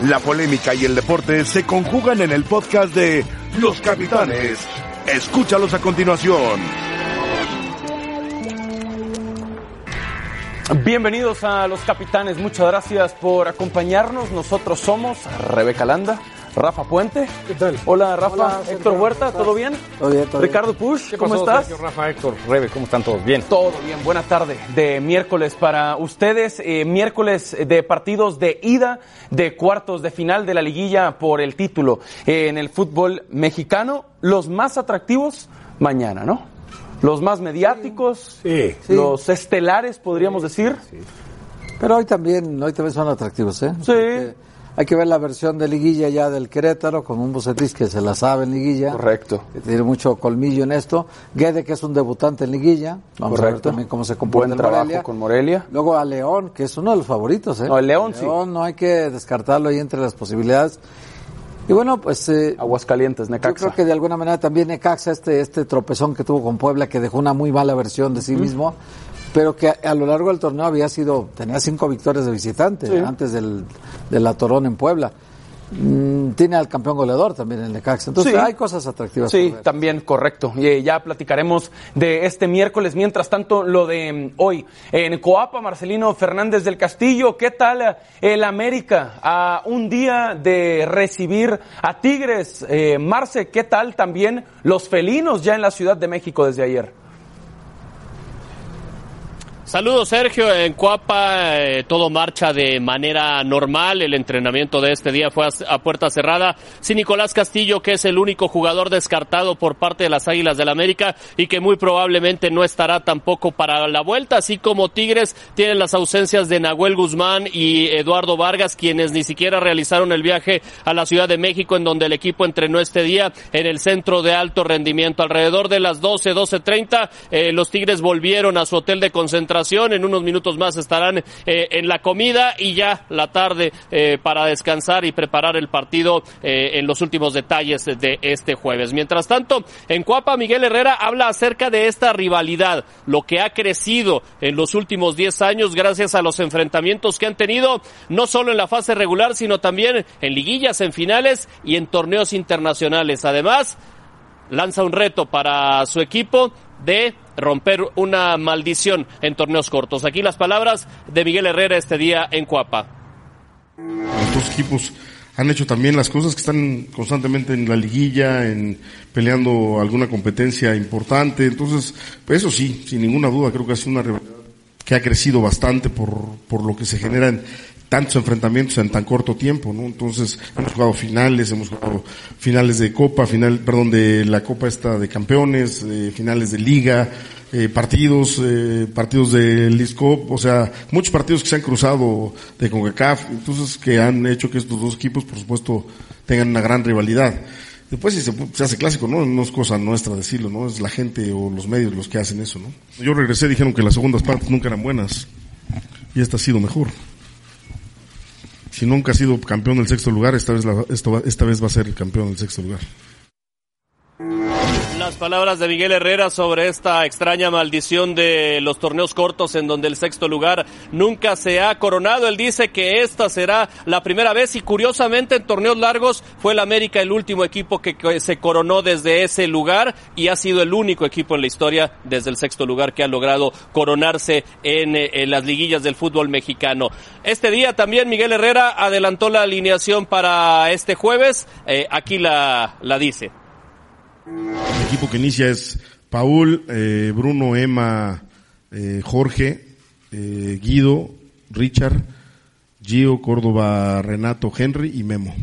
La polémica y el deporte se conjugan en el podcast de Los Capitanes. Escúchalos a continuación. Bienvenidos a Los Capitanes, muchas gracias por acompañarnos. Nosotros somos Rebeca Landa, Rafa Puente. ¿Qué tal? Hola Rafa. Hola, Héctor Huerta, ¿todo bien? Todo bien, todo Ricardo bien. Push, ¿cómo estás? Sergio, Rafa, Héctor, Rebe, ¿cómo están todos? Bien. Todo bien, buena tarde de miércoles para ustedes. Miércoles de partidos de ida de cuartos de final de la liguilla por el título en el fútbol mexicano. Los más atractivos mañana, ¿no? Los más mediáticos, sí. Los estelares, podríamos decir. Sí. Pero hoy también son atractivos, ¿eh? Sí. Hay que ver la versión de liguilla ya del Querétaro, con un Bucetich que se la sabe en liguilla. Correcto. Que tiene mucho colmillo en esto. Guede, que es un debutante en liguilla. Vamos a ver también cómo se comporta. Buen trabajo Morelia. con Morelia. Luego a León, que es uno de los favoritos, ¿eh? No, el León sí. No hay que descartarlo ahí entre las posibilidades. Y bueno, pues... Aguascalientes, Necaxa. Yo creo que de alguna manera también Necaxa, este tropezón que tuvo con Puebla, que dejó una muy mala versión de sí mismo, pero que a lo largo del torneo tenía 5 victorias de visitante, antes del atorón en Puebla. Tiene al campeón goleador también en Necaxa. Entonces hay cosas atractivas. Sí, también, correcto. Y ya platicaremos de este miércoles. Mientras tanto, lo de hoy. En Coapa, Marcelino Fernández del Castillo, ¿qué tal el América? A un día de recibir a Tigres. Marce, ¿qué tal también los felinos ya en la Ciudad de México desde ayer? Saludos, Sergio. En Coapa todo marcha de manera normal. El entrenamiento de este día fue a puerta cerrada, sin Nicolás Castillo, que es el único jugador descartado por parte de las Águilas del América y que muy probablemente no estará tampoco para la vuelta, así como Tigres tienen las ausencias de Nahuel Guzmán y Eduardo Vargas, quienes ni siquiera realizaron el viaje a la Ciudad de México, en donde el equipo entrenó este día en el centro de alto rendimiento. Alrededor de las 12:30, los Tigres volvieron a su hotel de concentración. En unos minutos más estarán en la comida y ya la tarde para descansar y preparar el partido en los últimos detalles de este jueves. Mientras tanto, en Coapa, Miguel Herrera habla acerca de esta rivalidad, lo que ha crecido en los últimos 10 años gracias a los enfrentamientos que han tenido, no solo en la fase regular, sino también en liguillas, en finales y en torneos internacionales. Además, lanza un reto para su equipo de romper una maldición en torneos cortos. Aquí las palabras de Miguel Herrera este día en Coapa. Los dos equipos han hecho también las cosas que están constantemente en la liguilla, peleando alguna competencia importante. Entonces, pues eso sí, sin ninguna duda, creo que ha sido una rivalidad que ha crecido bastante por lo que se generan tantos enfrentamientos en tan corto tiempo, ¿no? Entonces, hemos jugado finales de Copa, de la Copa de Campeones, finales de Liga, partidos de Leagues Cup, o sea, muchos partidos que se han cruzado de CONCACAF, entonces que han hecho que estos dos equipos, por supuesto, tengan una gran rivalidad. Después si se hace clásico, no es cosa nuestra decirlo, ¿no? Es la gente o los medios los que hacen eso, ¿no? Yo regresé, dijeron que las segundas partes nunca eran buenas, y esta ha sido mejor. Si nunca ha sido campeón del sexto lugar, esta vez va a ser el campeón del sexto lugar. Las palabras de Miguel Herrera sobre esta extraña maldición de los torneos cortos en donde el sexto lugar nunca se ha coronado. Él dice que esta será la primera vez y curiosamente en torneos largos fue el América el último equipo que se coronó desde ese lugar y ha sido el único equipo en la historia desde el sexto lugar que ha logrado coronarse en las liguillas del fútbol mexicano. Este día también Miguel Herrera adelantó la alineación para este jueves. Aquí la dice. El equipo que inicia es Paul, Bruno, Emma, Jorge, Guido, Richard, Gio, Córdoba, Renato, Henry y Memo.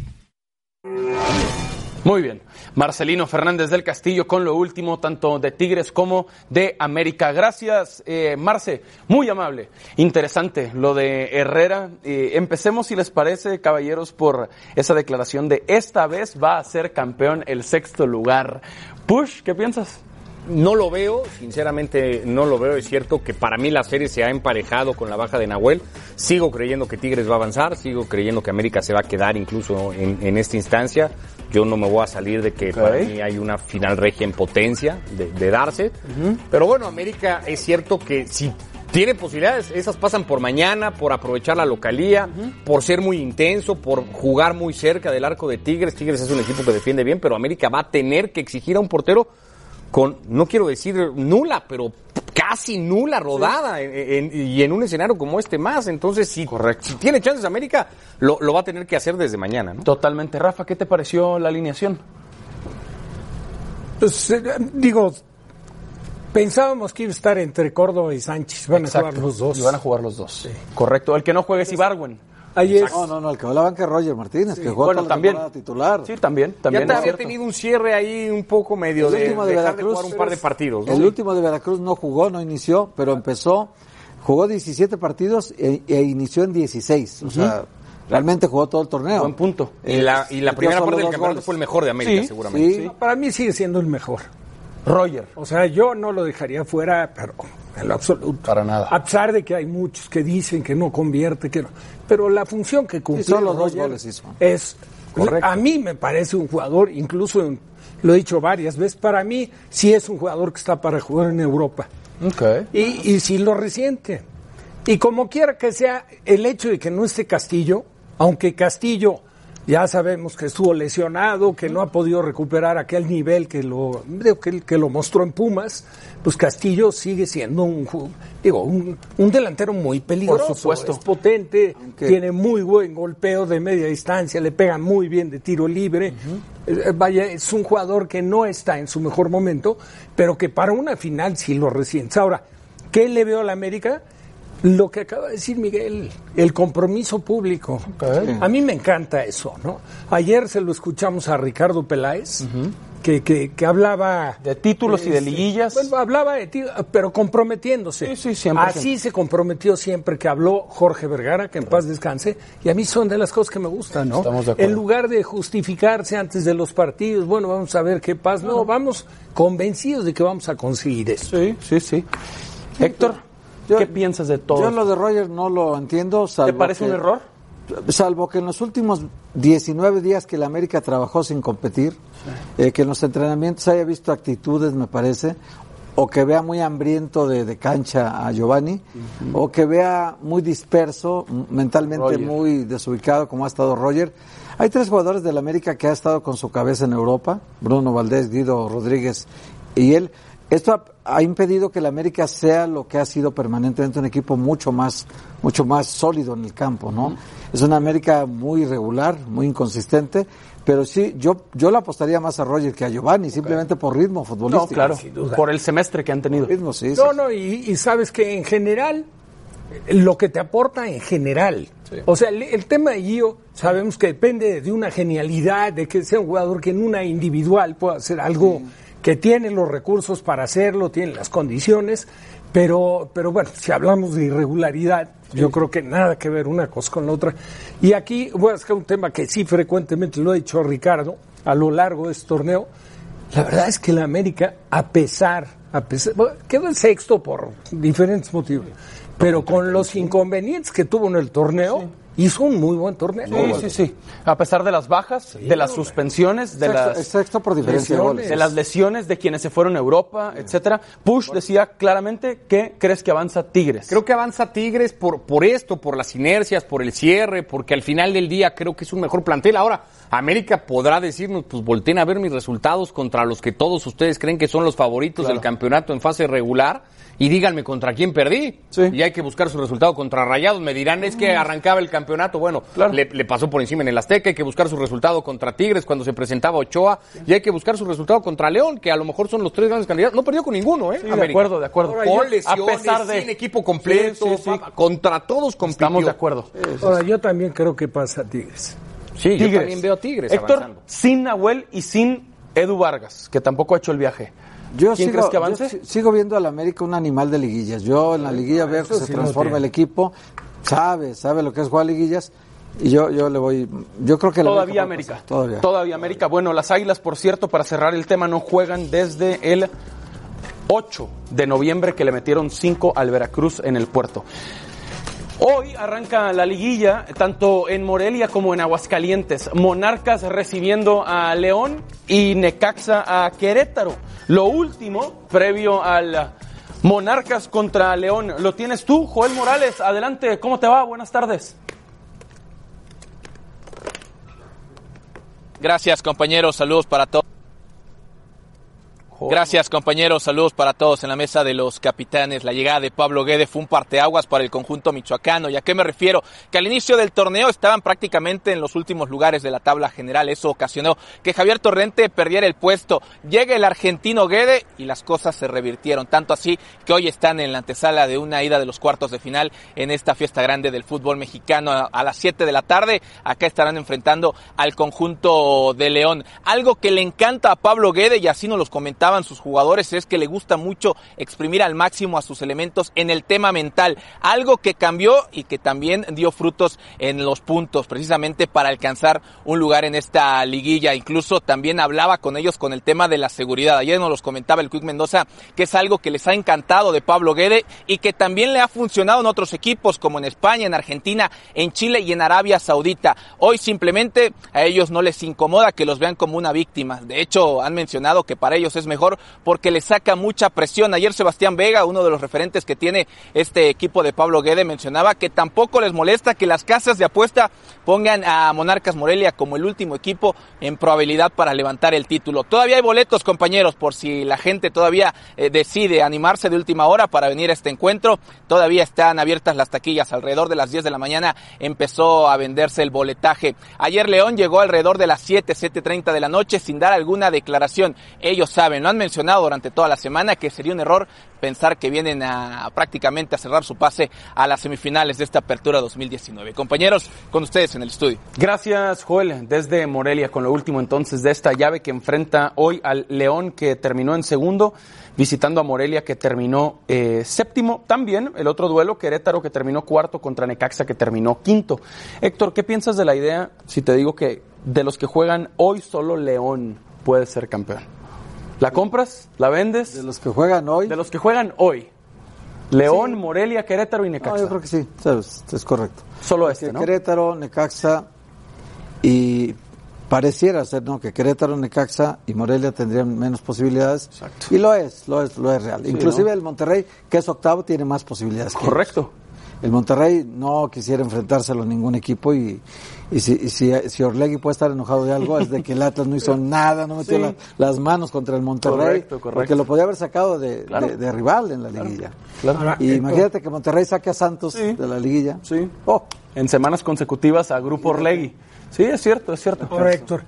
Muy bien. Marcelino Fernández del Castillo con lo último, tanto de Tigres como de América. Gracias, Marce. Muy amable. Interesante lo de Herrera. Empecemos, si les parece, caballeros, por esa declaración de esta vez va a ser campeón el sexto lugar. Push, ¿qué piensas? No lo veo, sinceramente no lo veo. Es cierto que para mí la serie se ha emparejado con la baja de Nahuel. Sigo creyendo que Tigres va a avanzar, sigo creyendo que América se va a quedar incluso en esta instancia. Yo no me voy a salir de que para mí hay una final regia en potencia de darse. Pero bueno, América es cierto que si tiene posibilidades, esas pasan por mañana, por aprovechar la localía, por ser muy intenso, por jugar muy cerca del arco de Tigres. Tigres es un equipo que defiende bien, pero América va a tener que exigir a un portero con, no quiero decir nula, pero casi nula rodada y en un escenario como este más. Entonces, si tiene chances América, lo va a tener que hacer desde mañana, ¿no? Totalmente. Rafa, ¿qué te pareció la alineación? Pues pensábamos que iba a estar entre Córdoba y Sánchez. Van a jugar los dos. Y van a jugar los dos. Sí. Correcto. El que no juegue es Ibargüen. No, el que va a la banca es Roger Martínez, que juega también la titular. Sí, también. Ya había tenido un cierre ahí un poco medio de dejar de jugar un par de partidos, ¿no? El último de Veracruz no jugó, no inició, pero jugó 17 partidos e inició en 16. O sea, realmente jugó todo el torneo. Buen punto. Y la primera parte del campeonato fue el mejor de América, seguramente. Sí. Para mí sigue siendo el mejor. Roger. O sea, yo no lo dejaría fuera, pero en lo absoluto. Para nada. A pesar de que hay muchos que dicen que no convierte, que no. Pero la función que cumple solo dos goles hizo. Es correcto. A mí me parece un jugador, incluso lo he dicho varias veces, para mí sí es un jugador que está para jugar en Europa. Okay. Y sí lo resiente. Y como quiera que sea, el hecho de que no esté Castillo, aunque Castillo ya sabemos que estuvo lesionado, que no ha podido recuperar aquel nivel que lo mostró en Pumas, pues Castillo sigue siendo un delantero muy peligroso. Por supuesto. Es potente, tiene muy buen golpeo de media distancia, le pega muy bien de tiro libre. Vaya, es un jugador que no está en su mejor momento, pero que para una final sí lo resiente. Ahora, ¿qué le veo a la América? Lo que acaba de decir Miguel, el compromiso público. Okay. A mí me encanta eso, ¿no? Ayer se lo escuchamos a Ricardo Peláez, que hablaba de títulos y de liguillas. Bueno, hablaba de títulos, pero comprometiéndose. Sí, siempre. Así se comprometió siempre que habló Jorge Vergara, que en paz descanse, y a mí son de las cosas que me gustan, ¿no? Estamos de acuerdo. En lugar de justificarse antes de los partidos, bueno, vamos a ver qué pasa. No, vamos convencidos de que vamos a conseguir eso. Sí. Héctor, ¿qué piensas de todo? Yo lo de Roger no lo entiendo. ¿Te parece un error? Salvo que en los últimos 19 días que la América trabajó sin competir, que en los entrenamientos haya visto actitudes, me parece, o que vea muy hambriento de cancha a Giovanni, o que vea muy disperso, mentalmente Roger, muy desubicado como ha estado Roger. Hay 3 jugadores de la América que ha estado con su cabeza en Europa, Bruno Valdés, Guido Rodríguez y él. Esto ha impedido que la América sea lo que ha sido permanentemente un equipo mucho más sólido en el campo, ¿no? Es una América muy irregular, muy inconsistente, pero sí, yo le apostaría más a Roger que a Giovanni, simplemente por ritmo futbolístico. No, claro, por el semestre que han tenido. Ritmo, sí. Y sabes que en general, lo que te aporta en general, o sea, el tema de Gio, sabemos que depende de una genialidad, de que sea un jugador que en una individual pueda hacer algo que tiene los recursos para hacerlo, tiene las condiciones, pero bueno, si hablamos de irregularidad, yo creo que nada que ver una cosa con la otra. Y aquí voy a sacar un tema que sí frecuentemente lo ha dicho Ricardo a lo largo de este torneo. La verdad es que la América, a pesar bueno, quedó en sexto por diferentes motivos, pero con los inconvenientes que tuvo en el torneo, hizo un muy buen torneo. Sí. A pesar de las bajas, de las suspensiones, de sexto por diferencia de goles, de las lesiones de quienes se fueron a Europa, etcétera. Push decía claramente que crees que avanza Tigres. Creo que avanza Tigres por esto, por las inercias, por el cierre, porque al final del día creo que es un mejor plantel. Ahora, América podrá decirnos, pues volteen a ver mis resultados contra los que todos ustedes creen que son los favoritos del campeonato en fase regular. Y díganme contra quién perdí. Y hay que buscar su resultado contra Rayados. Me dirán, es que arrancaba el campeonato. Bueno, le pasó por encima en el Azteca. Hay que buscar su resultado contra Tigres cuando se presentaba Ochoa. Y hay que buscar su resultado contra León, que a lo mejor son los 3 grandes candidatos. No perdió con ninguno, Sí, América. De acuerdo. Ahora, con lesiones, a pesar de sin equipo completo. Contra todos compitió. Estamos de acuerdo. Ahora, yo también creo que pasa Tigres. Sí, Tigres. Yo también veo a Tigres Héctor, avanzando. Sin Nahuel y sin Edu Vargas, que tampoco ha hecho el viaje. ¿Quién crees que avance? Yo sigo viendo al América un animal de liguillas. Yo en la liguilla veo que se transforma el equipo, sabe lo que es jugar liguillas, y yo le voy, yo creo que todavía América. Todavía América. Bueno, las Águilas, por cierto, para cerrar el tema, no juegan desde el 8 de noviembre, que le metieron 5 al Veracruz en el Puerto. Hoy arranca la liguilla, tanto en Morelia como en Aguascalientes. Monarcas recibiendo a León y Necaxa a Querétaro. Lo último, previo al Monarcas contra León. Lo tienes tú, Joel Morales. Adelante, ¿cómo te va? Buenas tardes. Gracias, compañeros. Saludos para todos. Gracias, compañeros. Saludos para todos en la mesa de los capitanes. La llegada de Pablo Guede fue un parteaguas para el conjunto michoacano. ¿Y a qué me refiero? Que al inicio del torneo estaban prácticamente en los últimos lugares de la tabla general. Eso ocasionó que Javier Torrente perdiera el puesto. Llega el argentino Guede y las cosas se revirtieron. Tanto así que hoy están en la antesala de una ida de los cuartos de final en esta fiesta grande del fútbol mexicano. A las 7 de la tarde, acá estarán enfrentando al conjunto de León. Algo que le encanta a Pablo Guede, y así nos los comentaban sus jugadores, es que le gusta mucho exprimir al máximo a sus elementos en el tema mental, algo que cambió y que también dio frutos en los puntos, precisamente para alcanzar un lugar en esta liguilla. Incluso también hablaba con ellos con el tema de la seguridad. Ayer nos los comentaba el Quick Mendoza, que es algo que les ha encantado de Pablo Guede y que también le ha funcionado en otros equipos, como en España, en Argentina, en Chile y en Arabia Saudita. Hoy simplemente a ellos no les incomoda que los vean como una víctima. De hecho, han mencionado que para ellos es mejor porque le saca mucha presión. Ayer Sebastián Vega, uno de los referentes que tiene este equipo de Pablo Guede, mencionaba que tampoco les molesta que las casas de apuesta pongan a Monarcas Morelia como el último equipo en probabilidad para levantar el título. Todavía hay boletos, compañeros, por si la gente todavía decide animarse de última hora para venir a este encuentro. Todavía están abiertas las taquillas. Alrededor de las 10 de la mañana empezó a venderse el boletaje. Ayer León llegó alrededor de las 7:30 de la noche sin dar alguna declaración. Ellos saben, lo han mencionado durante toda la semana, que sería un error pensar que vienen prácticamente a cerrar su pase a las semifinales de esta apertura 2019. Compañeros, con ustedes en el estudio. Gracias, Joel. Desde Morelia, con lo último entonces de esta llave que enfrenta hoy al León, que terminó en segundo, visitando a Morelia, que terminó séptimo. También el otro duelo, Querétaro, que terminó cuarto, contra Necaxa, que terminó quinto. Héctor, ¿qué piensas de la idea si te digo que de los que juegan hoy solo León puede ser campeón? ¿La compras? ¿La vendes? De los que juegan hoy. De los que juegan hoy. León, sí. Morelia, Querétaro y Necaxa. No, yo creo que sí, es correcto. Solo ¿no? Querétaro, Necaxa y pareciera ser, ¿no?, que Querétaro, Necaxa y Morelia tendrían menos posibilidades. Exacto. Y lo es real. Sí, inclusive, ¿no?, el Monterrey, que es octavo, tiene más posibilidades. Correcto. El Monterrey no quisiera enfrentárselo a ningún equipo y si Orlegui puede estar enojado de algo es de que el Atlas no hizo nada, no metió las manos contra el Monterrey, correcto. Porque lo podía haber sacado de rival en la liguilla. Claro. Y imagínate que Monterrey saque a Santos de la liguilla. Sí. En semanas consecutivas a Grupo Orlegui. Sí, es cierto. Ahora, Héctor,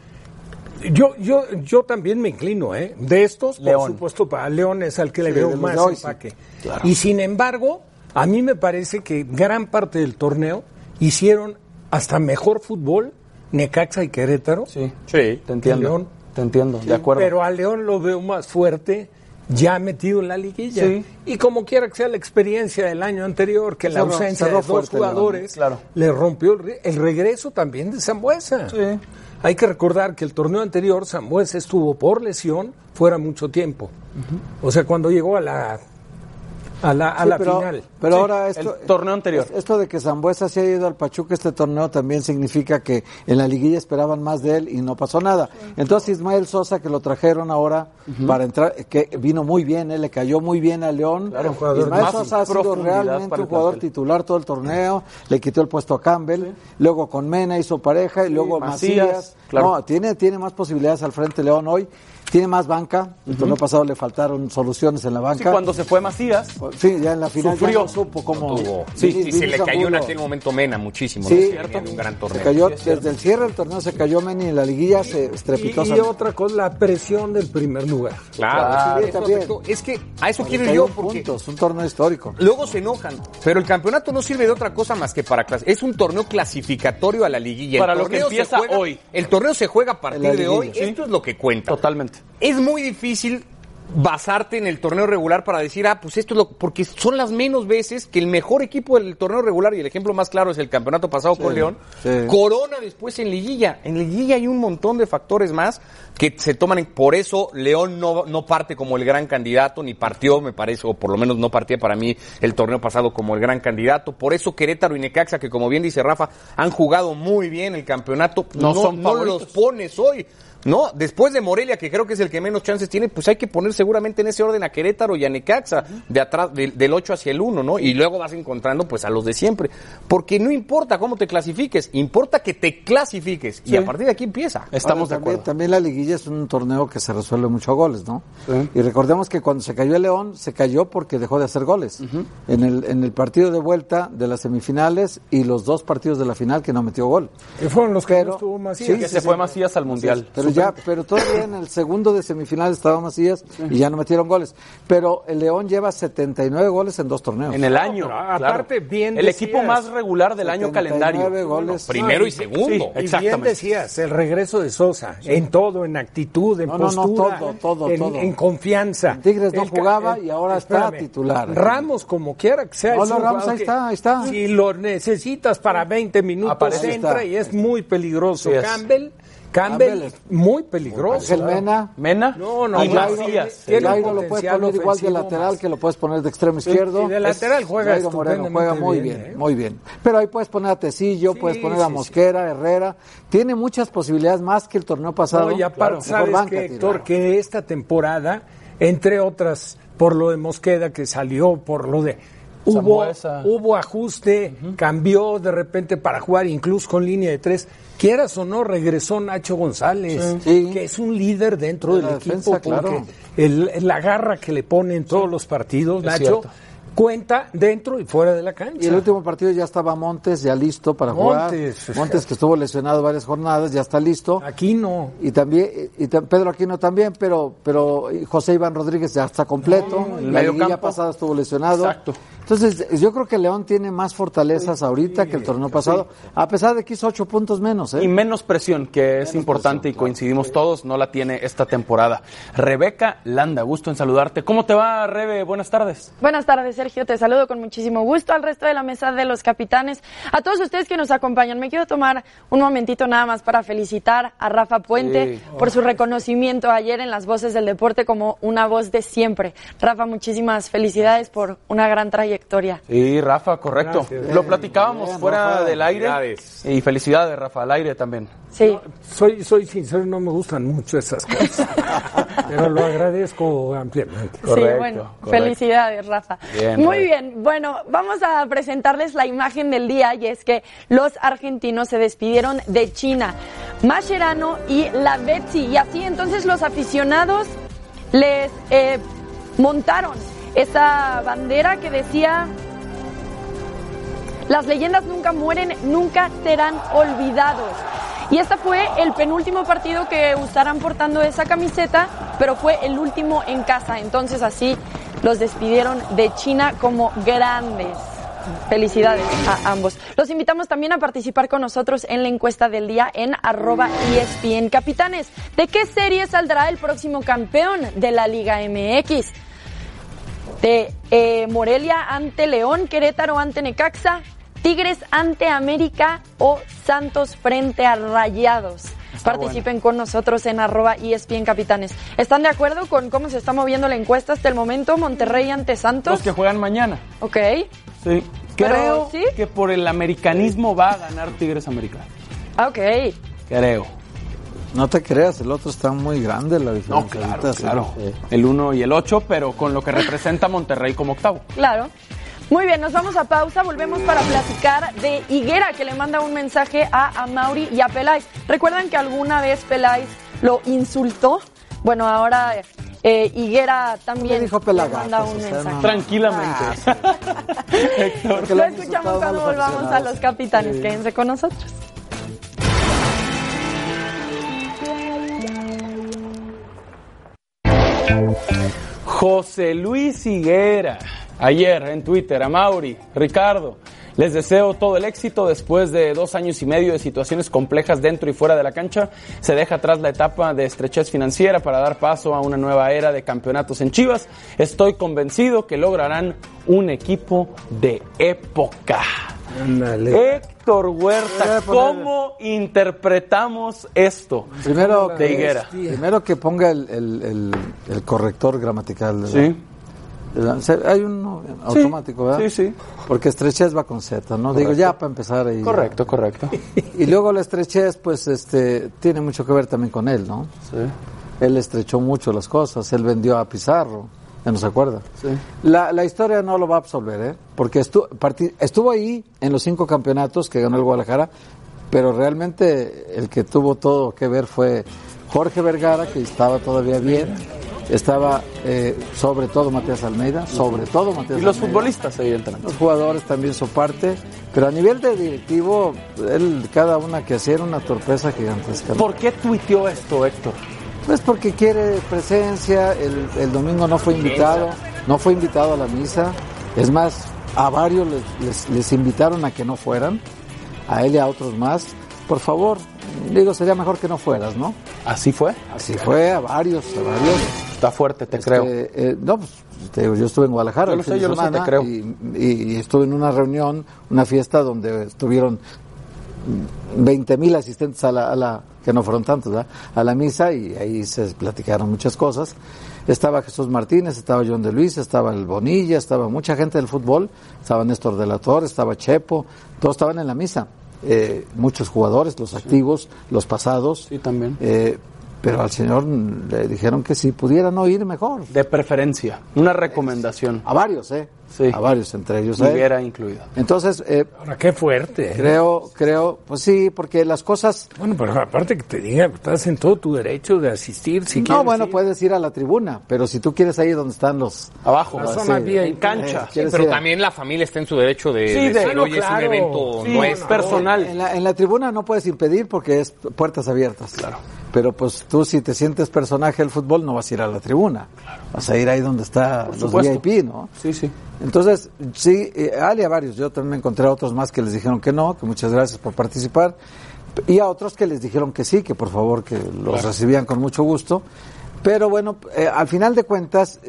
yo también me inclino, de estos, León. Por supuesto, para León es al que le veo más empaque. Sí. Claro. Y sin embargo, a mí me parece que gran parte del torneo hicieron hasta mejor fútbol Necaxa y Querétaro. Sí, te entiendo. León. Te entiendo, de acuerdo. Pero a León lo veo más fuerte, ya metido en la liguilla. Sí. Y como quiera que sea la experiencia del año anterior, que la ausencia de dos jugadores le rompió el regreso también de Sambueza. Sí. Hay que recordar que el torneo anterior Sambueza estuvo por lesión fuera mucho tiempo. Uh-huh. O sea, cuando llegó a la final. Pero ahora el torneo anterior. Esto de que Sambueza se haya ido al Pachuca este torneo también significa que en la liguilla esperaban más de él y no pasó nada. Entonces Ismael Sosa, que lo trajeron ahora para entrar, que vino muy bien, le cayó muy bien a León. Claro, Ismael Sosa ha sido realmente un jugador titular todo el torneo, le quitó el puesto a Campbell, luego con Mena hizo pareja y luego Macías. Claro. No, tiene más posibilidades al frente León hoy. Tiene más banca. El torneo pasado le faltaron soluciones en la banca. Sí, cuando se fue Macías. Sí, ya en la final sufrió. Ya no supo cómo. Sí, se le cayó en aquel momento Mena muchísimo. Sí, en un gran torneo. Se cayó, desde el cierre del torneo se cayó Mena y en la liguilla se estrepitó. Y otra cosa, la presión del primer lugar. Claro. Es que a eso quiero ir yo, porque es un torneo histórico. Luego se enojan. Pero el campeonato no sirve de otra cosa más que para es un torneo clasificatorio a la liguilla. Para lo que empieza hoy. El torneo se juega a partir de hoy. ¿Sí? Esto es lo que cuenta. Totalmente. Es muy difícil basarte en el torneo regular para decir, pues esto es lo... Porque son las menos veces que el mejor equipo del torneo regular, y el ejemplo más claro es el campeonato pasado con León, corona después en liguilla. En liguilla hay un montón de factores más que se toman. Por eso León no parte como el gran candidato, ni partió, me parece, o por lo menos no partía para mí el torneo pasado como el gran candidato. Por eso Querétaro y Necaxa, que como bien dice Rafa, han jugado muy bien el campeonato, no los pones hoy No, después de Morelia, que creo que es el que menos chances tiene, pues hay que poner seguramente en ese orden a Querétaro y a Necaxa, de atrás, del 8 hacia el 1, ¿no? Y luego vas encontrando pues a los de siempre. Porque no importa cómo te clasifiques, importa que te clasifiques. Sí. Y a partir de aquí empieza. Estamos de acuerdo. También la liguilla es un torneo que se resuelve mucho a goles, ¿no? Sí. Y recordemos que cuando se cayó el León, se cayó porque dejó de hacer goles. En el partido de vuelta de las semifinales y los 2 partidos de la final que no metió gol. Que fueron los que no estuvo Macías. Sí, que se fue Macías al Mundial. Pero todavía en el segundo de semifinal estaba Macías y ya no metieron goles. Pero el León lleva 79 goles en 2 torneos. En el año. Aparte, bien el equipo más regular del año calendario. Goles. Primero y segundo. Sí, y bien decías, el regreso de Sosa. En todo, en actitud, en postura. Todo. En confianza. Tigres no jugaba y ahora está titular. Ramos, como quiera que sea. Ramos ahí está. Si lo necesitas para 20 minutos, entra y es muy peligroso. Campbell es muy peligroso. Ángel Mena. No. Y Macías. Jairo lo puedes poner igual de lateral que lo puedes poner de extremo izquierdo. De lateral juega Jairo Moreno juega muy bien. Pero ahí puedes poner a Tecillo, puedes poner a Mosquera, Herrera. Tiene muchas posibilidades más que el torneo pasado. Y aparte, sabes que, Héctor, que esta temporada, entre otras, por lo de Mosqueda que salió, por lo de... Hubo ajuste, cambió de repente para jugar incluso con línea de 3. Quieras o no, regresó Nacho González, que es un líder dentro del equipo, porque la garra que le pone en todos los partidos, Nacho, cuenta dentro y fuera de la cancha. Y el último partido ya estaba Montes, ya listo para jugar. Montes que estuvo lesionado varias jornadas, ya está listo. Aquino. Y también Pedro Aquino también, pero José Iván Rodríguez ya está completo. La liguilla pasada estuvo lesionado. Exacto. Entonces, yo creo que León tiene más fortalezas ahorita que el torneo pasado, a pesar de que hizo 8 puntos menos. Y menos presión, que es importante y coincidimos todos, no la tiene esta temporada. Rebeca Landa, gusto en saludarte. ¿Cómo te va, Rebe? Buenas tardes. Buenas tardes, Sergio. Te saludo con muchísimo gusto al resto de la mesa de los capitanes. A todos ustedes que nos acompañan, me quiero tomar un momentito nada más para felicitar a Rafa Puente por su reconocimiento ayer en las Voces del Deporte como una voz de siempre. Rafa, muchísimas felicidades por una gran trayectoria. Sí, Rafa, correcto. Gracias. Lo platicábamos fuera Rafa, del aire. Felicidades. Y felicidades, Rafa, al aire también. Sí. No, soy sincero, no me gustan mucho esas cosas, pero lo agradezco ampliamente. Correcto, sí, bueno, felicidades, Rafa. Bien, muy bien, bueno, vamos a presentarles la imagen del día, y es que los argentinos se despidieron de China, Mascherano y la Betsy, y así entonces los aficionados les montaron esa bandera que decía: las leyendas nunca mueren, nunca serán olvidados. Y este fue el penúltimo partido que estarán portando esa camiseta, pero fue el último en casa. Entonces así los despidieron de China como grandes. Felicidades a ambos. Los invitamos también a participar con nosotros en la encuesta del día en @ESPN Capitanes. ¿De qué serie saldrá el próximo campeón de la Liga MX? ¿De Morelia ante León, Querétaro ante Necaxa, Tigres ante América o Santos frente a Rayados? Participen con nosotros en @ESPN Capitanes. ¿Están de acuerdo con cómo se está moviendo la encuesta hasta el momento? Monterrey ante Santos. Los que juegan mañana. Ok. Sí. Creo que por el americanismo va a ganar Tigres América. Ok. Creo. No te creas, el otro está muy grande la diferencia. No, claro. El 1 y el 8, pero con lo que representa Monterrey como octavo. Claro. Muy bien, nos vamos a pausa, volvemos para platicar de Higuera, que le manda un mensaje a Mauri y a Peláez. ¿Recuerdan que alguna vez Peláez lo insultó? Bueno, ahora Higuera también dijo le manda un mensaje. Tranquilamente. Héctor, lo escuchamos cuando volvamos a los capitanes. Sí. Quédense con nosotros. José Luis Higuera, ayer en Twitter, a Mauri, Ricardo, les deseo todo el éxito después de 2 años y medio de situaciones complejas dentro y fuera de la cancha. Se deja atrás la etapa de estrechez financiera para dar paso a una nueva era de campeonatos en Chivas. Estoy convencido que lograrán un equipo de época. Dale. Héctor Huerta, ¿cómo interpretamos esto de Higuera? Primero que ponga el corrector gramatical. Sí. Hay uno automático, ¿verdad? Sí. Porque estrechez va con Z, ¿no? Correcto. Digo, ya para empezar ahí. Correcto. Y luego la estrechez, pues, tiene mucho que ver también con él, ¿no? Sí. Él estrechó mucho las cosas, él vendió a Pizarro, ya no se acuerda. Sí. La historia no lo va a absolver, porque estuvo ahí en los 5 campeonatos que ganó el Guadalajara, pero realmente el que tuvo todo que ver fue Jorge Vergara, que estaba todavía bien. Estaba sobre todo Matías Almeida, y los futbolistas, evidentemente. Los jugadores también su parte, pero a nivel de directivo, cada una que hacía era una torpeza gigantesca. ¿Por qué tuiteó esto, Héctor? Pues porque quiere presencia. El domingo no fue invitado a la misa. Es más, a varios les invitaron a que no fueran, a él y a otros más. Por favor, digo, sería mejor que no fueras, ¿no? ¿Así fue? Así fue, a varios. Está fuerte, te creo. No, pues yo estuve en Guadalajara. Yo lo sé, te creo. Y estuve en una reunión, una fiesta donde estuvieron 20,000 asistentes a la que no fueron tantos, ¿verdad? A la misa, y ahí se platicaron muchas cosas. Estaba Jesús Martínez, estaba John de Luis, estaba el Bonilla, estaba mucha gente del fútbol, estaba Néstor de la Torre, estaba Chepo, todos estaban en la misa. Muchos jugadores, los activos, los pasados. Sí, también. Pero al señor le dijeron que si pudiera no ir, mejor. De preferencia, una recomendación. A varios, Sí. A varios, entre ellos. Hubiera incluido. Entonces, ahora qué fuerte. Creo, pues sí, porque las cosas... Bueno, pero aparte que te diga, estás en todo tu derecho de asistir, si quieres. No, bueno, puedes ir a la tribuna, pero si tú quieres ahí donde están los... Abajo, la zona vía en cancha. Sí, pero también la familia está en su derecho de decir, oye, es un evento nuestro. Personal. En la tribuna no puedes impedir porque es puertas abiertas. Claro. Pero pues tú, si te sientes personaje del fútbol, no vas a ir a la tribuna. Claro. Vas a ir ahí donde está los VIP, ¿no? Sí. Entonces, sí, a varios. Yo también me encontré a otros más que les dijeron que no, que muchas gracias por participar. Y a otros que les dijeron que sí, que por favor, que los recibían con mucho gusto. Pero bueno, al final de cuentas,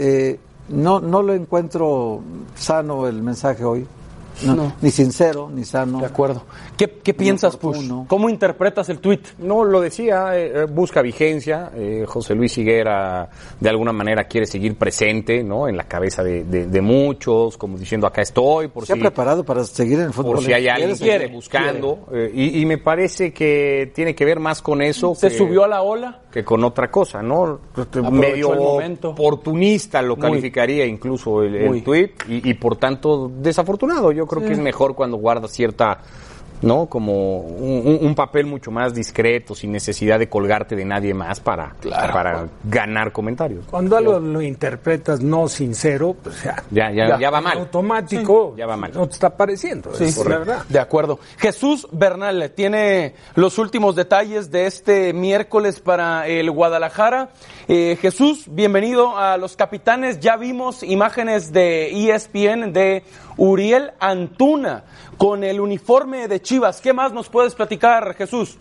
no lo encuentro sano el mensaje hoy. No. Ni sincero, ni sano. De acuerdo. ¿Qué piensas, Push? ¿Cómo interpretas el tuit? No, lo decía, busca vigencia. José Luis Higuera, de alguna manera, quiere seguir presente, ¿no? En la cabeza de muchos, como diciendo, acá estoy. Se ha preparado para seguir en el fútbol. Por si hay alguien que esté buscando. Y me parece que tiene que ver más con eso. ¿Se subió a la ola? Que con otra cosa, ¿no? Medio oportunista lo calificaría incluso el tuit. Y por tanto, desafortunado. Yo creo que es mejor cuando guardas cierta, ¿no? Como un papel mucho más discreto, sin necesidad de colgarte de nadie más para ganar comentarios. Cuando algo lo interpretas no sincero, pues ya va mal. Automático, ya va mal. No te está pareciendo. Sí, la verdad. De acuerdo. Jesús Bernal tiene los últimos detalles de este miércoles para el Guadalajara. Jesús, bienvenido a Los Capitanes. Ya vimos imágenes de ESPN de Uriel Antuna con el uniforme de Chivas. ¿Qué más nos puedes platicar, Jesús?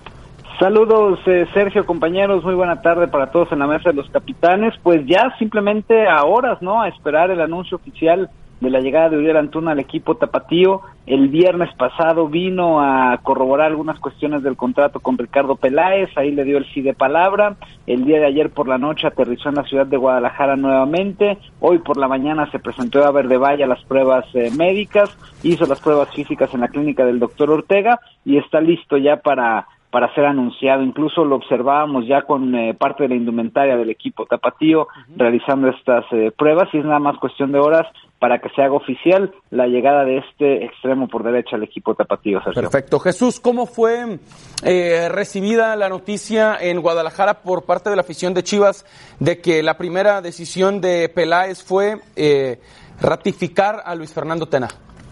Saludos, Sergio, compañeros, muy buena tarde para todos en la mesa de Los Capitanes. Pues ya simplemente a horas, ¿no? A esperar el anuncio oficial de la llegada de Uriel Antuna al equipo tapatío. El viernes pasado vino a corroborar algunas cuestiones del contrato con Ricardo Peláez, ahí le dio el sí de palabra. El día de ayer por la noche aterrizó en la ciudad de Guadalajara nuevamente. Hoy por la mañana se presentó a Verde Valle a las pruebas médicas, hizo las pruebas físicas en la clínica del doctor Ortega y está listo ya para ser anunciado. Incluso lo observábamos ya con parte de la indumentaria del equipo tapatío realizando estas pruebas, y es nada más cuestión de horas para que se haga oficial la llegada de este extremo por derecha al equipo tapatío, Sergio. Perfecto. Jesús, ¿cómo fue recibida la noticia en Guadalajara por parte de la afición de Chivas de que la primera decisión de Peláez fue ratificar a Luis Fernando Tena?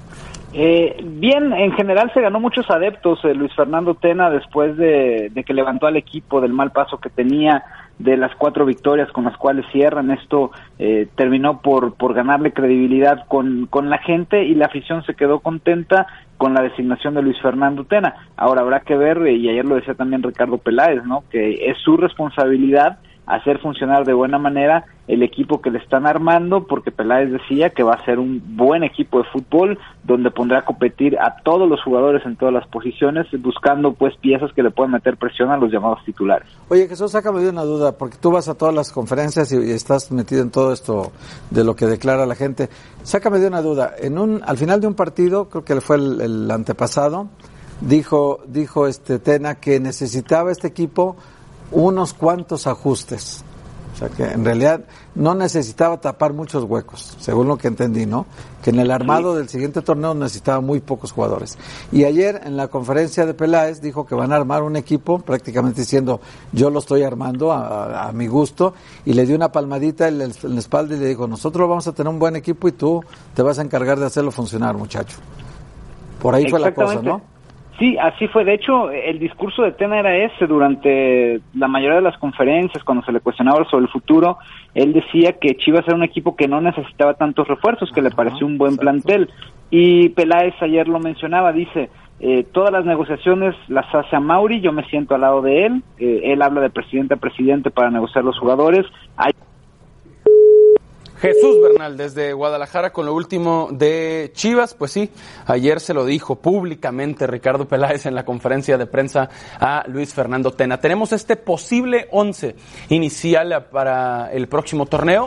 Bien, en general se ganó muchos adeptos Luis Fernando Tena después de que levantó al equipo del mal paso que tenía, de las 4 victorias con las cuales cierran. Esto terminó por ganarle credibilidad con la gente, y la afición se quedó contenta con la designación de Luis Fernando Tena. Ahora habrá que ver, y ayer lo decía también Ricardo Peláez, ¿no? Que es su responsabilidad hacer funcionar de buena manera el equipo que le están armando, porque Peláez decía que va a ser un buen equipo de fútbol donde pondrá a competir a todos los jugadores en todas las posiciones, buscando pues piezas que le puedan meter presión a los llamados titulares. Oye, Jesús, sácame de una duda, porque tú vas a todas las conferencias y estás metido en todo esto de lo que declara la gente. Sácame de una duda. Al final de un partido, creo que fue el antepasado, dijo Tena que necesitaba este equipo unos cuantos ajustes. O sea, que en realidad no necesitaba tapar muchos huecos, según lo que entendí, ¿no? Que en el armado del siguiente torneo necesitaba muy pocos jugadores. Y ayer en la conferencia de Peláez dijo que van a armar un equipo, prácticamente diciendo, yo lo estoy armando a mi gusto, y le dio una palmadita en la espalda y le dijo, nosotros vamos a tener un buen equipo y tú te vas a encargar de hacerlo funcionar, muchacho. Por ahí fue la cosa, ¿no? Sí, así fue. De hecho, el discurso de Tena era ese durante la mayoría de las conferencias, cuando se le cuestionaba sobre el futuro. Él decía que Chivas era un equipo que no necesitaba tantos refuerzos, que le pareció un buen plantel. Y Peláez ayer lo mencionaba, dice, todas las negociaciones las hace Amaury, yo me siento al lado de él. Él habla de presidente a presidente para negociar los jugadores. Jesús Bernal desde Guadalajara con lo último de Chivas. Pues sí, ayer se lo dijo públicamente Ricardo Peláez en la conferencia de prensa a Luis Fernando Tena. Tenemos este posible 11 inicial para el próximo torneo.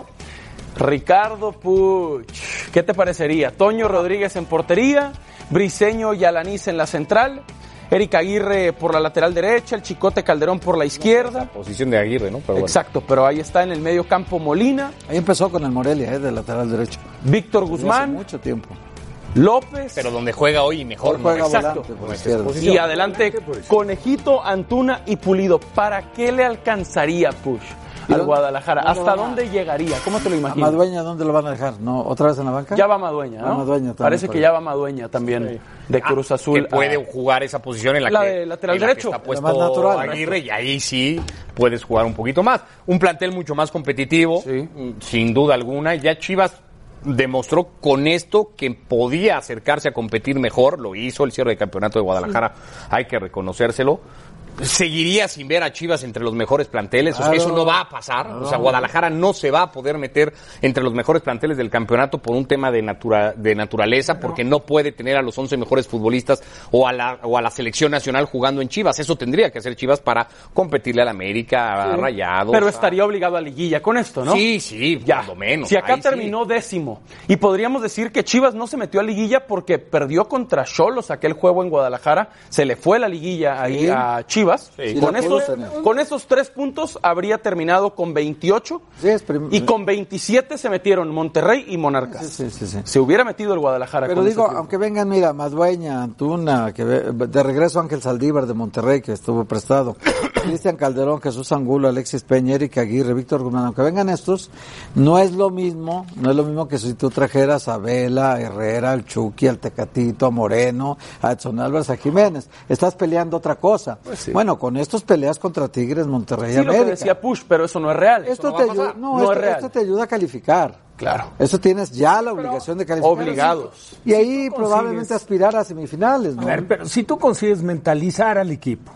Ricardo Puch, ¿qué te parecería? Toño Rodríguez en portería, Briseño y Alanís en la central, Eric Aguirre por la lateral derecha, el Chicote Calderón por la izquierda. La posición de Aguirre, ¿no? Pero bueno. Exacto, pero ahí está en el medio campo Molina. Ahí empezó con el Morelia, de lateral derecho. Víctor Guzmán. Hace mucho tiempo. López. Pero donde juega hoy mejor. Hoy juega exacto. volante, y adelante Conejito, Antuna y Pulido. ¿Para qué le alcanzaría Push al Guadalajara? ¿Hasta dónde llegaría? ¿Cómo te lo imaginas? ¿A Madueña dónde lo van a dejar? ¿No? ¿Otra vez en la banca? Ya va Madueña, ¿no? Madueña también, parece que ya va Madueña también, de Cruz Azul. Que puede jugar esa posición en la que de lateral derecho. Está puesto más natural, Aguirre, y ahí sí puedes jugar un poquito más. Un plantel mucho más competitivo, sin duda alguna. Ya Chivas demostró con esto que podía acercarse a competir mejor. Lo hizo el cierre de campeonato de Guadalajara, hay que reconocérselo. Seguiría sin ver a Chivas entre los mejores planteles, claro, o sea, eso no va a pasar. O sea, Guadalajara no se va a poder meter entre los mejores planteles del campeonato por un tema de naturaleza, porque no puede tener a los 11 mejores futbolistas o a la selección nacional jugando en Chivas. Eso tendría que hacer Chivas para competirle al América, a Rayados. Pero estaría obligado a liguilla con esto, ¿no? Sí, ya, cuando menos. Si acá terminó décimo, y podríamos decir que Chivas no se metió a liguilla porque perdió contra Xolos aquel juego en Guadalajara, se le fue la liguilla ahí a Chivas. Sí, con esos 3 puntos habría terminado con 28 y con 27 se metieron Monterrey y Monarcas. Sí. Se hubiera metido el Guadalajara. Pero digo, aunque vengan, mira, Madueña, Antuna, de regreso Ángel Saldívar de Monterrey, que estuvo prestado, Cristian Calderón, Jesús Angulo, Alexis Peña, Eric Aguirre, Víctor Guzmán, aunque vengan estos, no es lo mismo que si tú trajeras a Vela, a Herrera, al Chucky, al Tecatito, a Moreno, a Edson Álvarez, a Jiménez. Estás peleando otra cosa. Pues sí. Bueno, con estos peleas contra Tigres, Monterrey y sí, América. lo que decía Push, pero eso no es real. Esto te ayuda, esto te ayuda a calificar. Claro. Eso tienes ya la obligación de calificar. Obligados. Y ahí probablemente aspirar a semifinales, ¿no? A ver, pero si tú consigues mentalizar al equipo,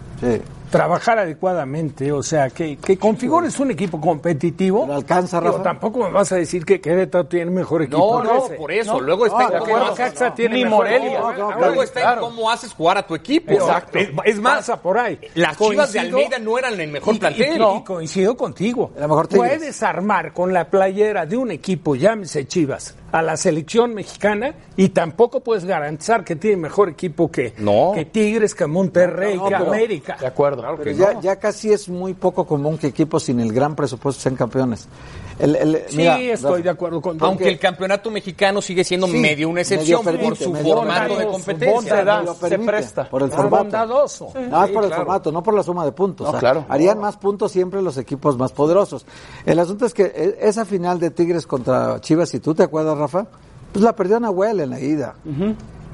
trabajar adecuadamente, o sea, que configures un equipo competitivo. ¿Pero alcanza, Rafa? Pero tampoco me vas a decir que Querétaro tiene mejor equipo. No, por eso. Luego está en cómo ni Morelia. Luego está en cómo haces jugar a tu equipo. Exacto. Es más, pasa por ahí. Las Chivas de Almeida no eran el mejor plantel. Y coincido contigo. Puedes armar con la playera de un equipo, llámese Chivas, a la selección mexicana y tampoco puedes garantizar que tiene mejor equipo que Tigres, que Monterrey, que América. De acuerdo. Claro que ya casi es muy poco común que equipos sin el gran presupuesto sean campeones. Mira, estoy de acuerdo con aunque el campeonato mexicano sigue siendo medio una excepción por su formato de competencia. Se presta. Por el formato. Bondadoso. Nada más por el formato, no por la suma de puntos. No, claro. Harían más puntos siempre los equipos más poderosos. El asunto es que esa final de Tigres contra Chivas, si tú te acuerdas, Rafa, pues la perdió Nahuel en la ida.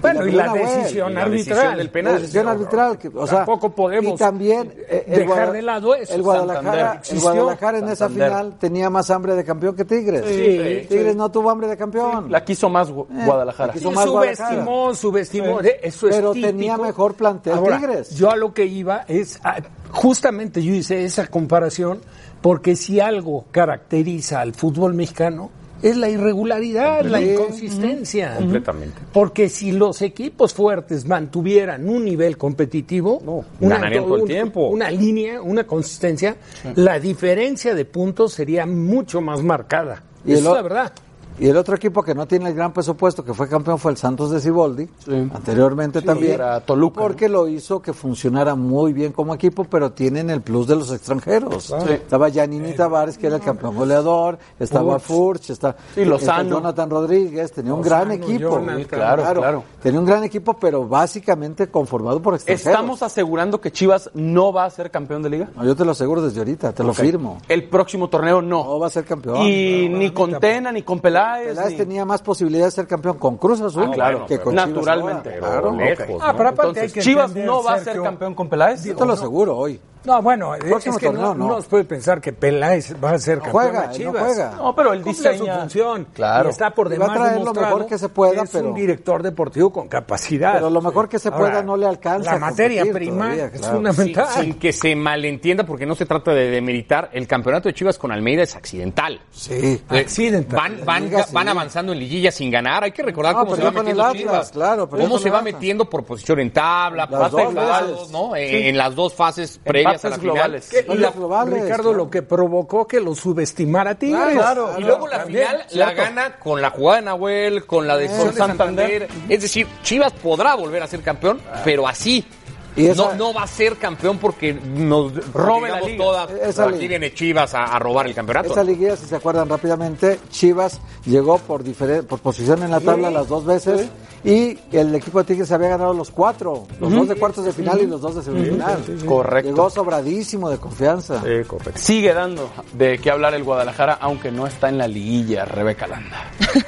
Bueno, y la Nahuel, decisión y la arbitral. decisión del penal. La decisión arbitral, o sea, Tampoco podemos y también dejar de lado eso. El Guadalajara en esa final tenía más hambre de campeón que Tigres. Tigres no tuvo hambre de campeón. La quiso más Guadalajara. La quiso más Guadalajara. Subestimó. Eso es pero típico. tenía mejor plantel Ahora, Tigres. Yo a lo que iba es, justamente yo hice esa comparación, porque si algo caracteriza al fútbol mexicano es la irregularidad, la inconsistencia. Completamente. Porque si los equipos fuertes mantuvieran un nivel competitivo, ganarían todo el tiempo. Una línea, una consistencia, la diferencia de puntos sería mucho más marcada. Y Eso es la verdad. Y el otro equipo que no tiene el gran presupuesto, que fue campeón, fue el Santos de Siboldi, anteriormente también, era Toluca, porque lo hizo que funcionara muy bien como equipo, pero tienen el plus de los extranjeros. Estaba Giannini Tavares, que era el campeón goleador, estaba Furch, Lozano, Jonathan Rodríguez, tenía un gran equipo. Claro. Tenía un gran equipo, pero básicamente conformado por extranjeros. ¿Estamos asegurando que Chivas no va a ser campeón de liga? No, yo te lo aseguro desde ahorita, te lo firmo. El próximo torneo no. No va a ser campeón. Y ni con Tena, ni con Peláez. Tenía más posibilidades de ser campeón con Cruz Azul que con naturalmente. Chivas ahora. Lejos, Pero aparte Entonces, hay que Chivas entender, no va a Sergio, ser campeón con Peláez. Yo te lo aseguro hoy. No, bueno, es Próximo que torneo, no se puede pensar que Peláez va a ser campeón juega, de Chivas. no juega. No, pero él Cumple diseña su función. Claro. Y está por Y va a demás traer lo demostrado mejor que se pueda, es pero- un director deportivo con capacidad. Pero lo mejor que se pueda no le alcanza La a materia competir prima todavía, es claro. fundamental. Sin que se malentienda, porque no se trata de demeritar, el campeonato de Chivas con Almeida es accidental. Sí. Accidental. Van avanzando en liguilla sin ganar. Hay que recordar No, cómo se va perdió con metiendo el Atlas, Chivas. claro, perdió Cómo con se el va Atlas. metiendo por posición en tabla, Las fase dos globales, veces. ¿no? En las dos fases previas a la Empates final. globales. Y Los globales, Ricardo, claro. lo que provocó que lo subestimara Tigres. Y luego la También, final cierto. la gana con la jugada de Nahuel, con la decisión de Santander. Es decir, Chivas podrá volver a ser campeón, pero así. Y esa- No va a ser campeón porque nos Robe la digamos liga. todas. Esa Aquí liga. viene Chivas a robar el campeonato. Esa liguilla, si se acuerdan rápidamente, Chivas llegó por posición en la tabla las dos veces y el equipo de Tigres había ganado los cuatro, los dos de cuartos de final y los dos de semifinal. Correcto. Llegó sobradísimo de confianza. Sigue dando de qué hablar el Guadalajara, aunque no está en la liguilla, Rebeca Landa.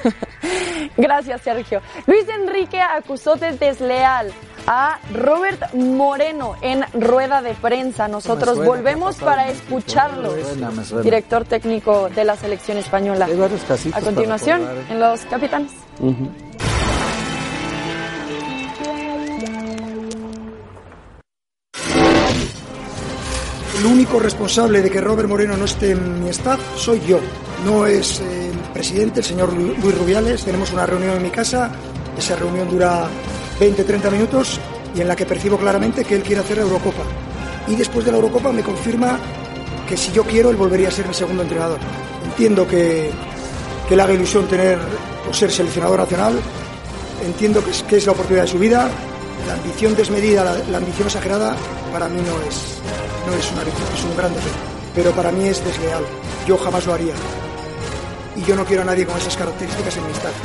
Gracias, Sergio. Luis Enrique acusó de desleal a Robert Moreno en rueda de prensa. Nosotros suena, volvemos ¿qué para pasó? escucharlos. Me suena. Director técnico de la selección española. Hay varios casitos A continuación, para recordar, en Los Capitanes. El único responsable de que Robert Moreno no esté en mi staff soy yo. No es el presidente, el señor Luis Rubiales. Tenemos una reunión en mi casa. Esa reunión dura 20-30 minutos y en la que percibo claramente que él quiere hacer la Eurocopa. Y después de la Eurocopa me confirma que si yo quiero, él volvería a ser mi segundo entrenador. Entiendo que le haga ilusión tener o ser seleccionador nacional. Entiendo que es la oportunidad de su vida. La ambición desmedida, la ambición exagerada, para mí no es una virtud, es un gran defecto. Pero para mí es desleal. Yo jamás lo haría. Y yo no quiero a nadie con esas características en mi staff.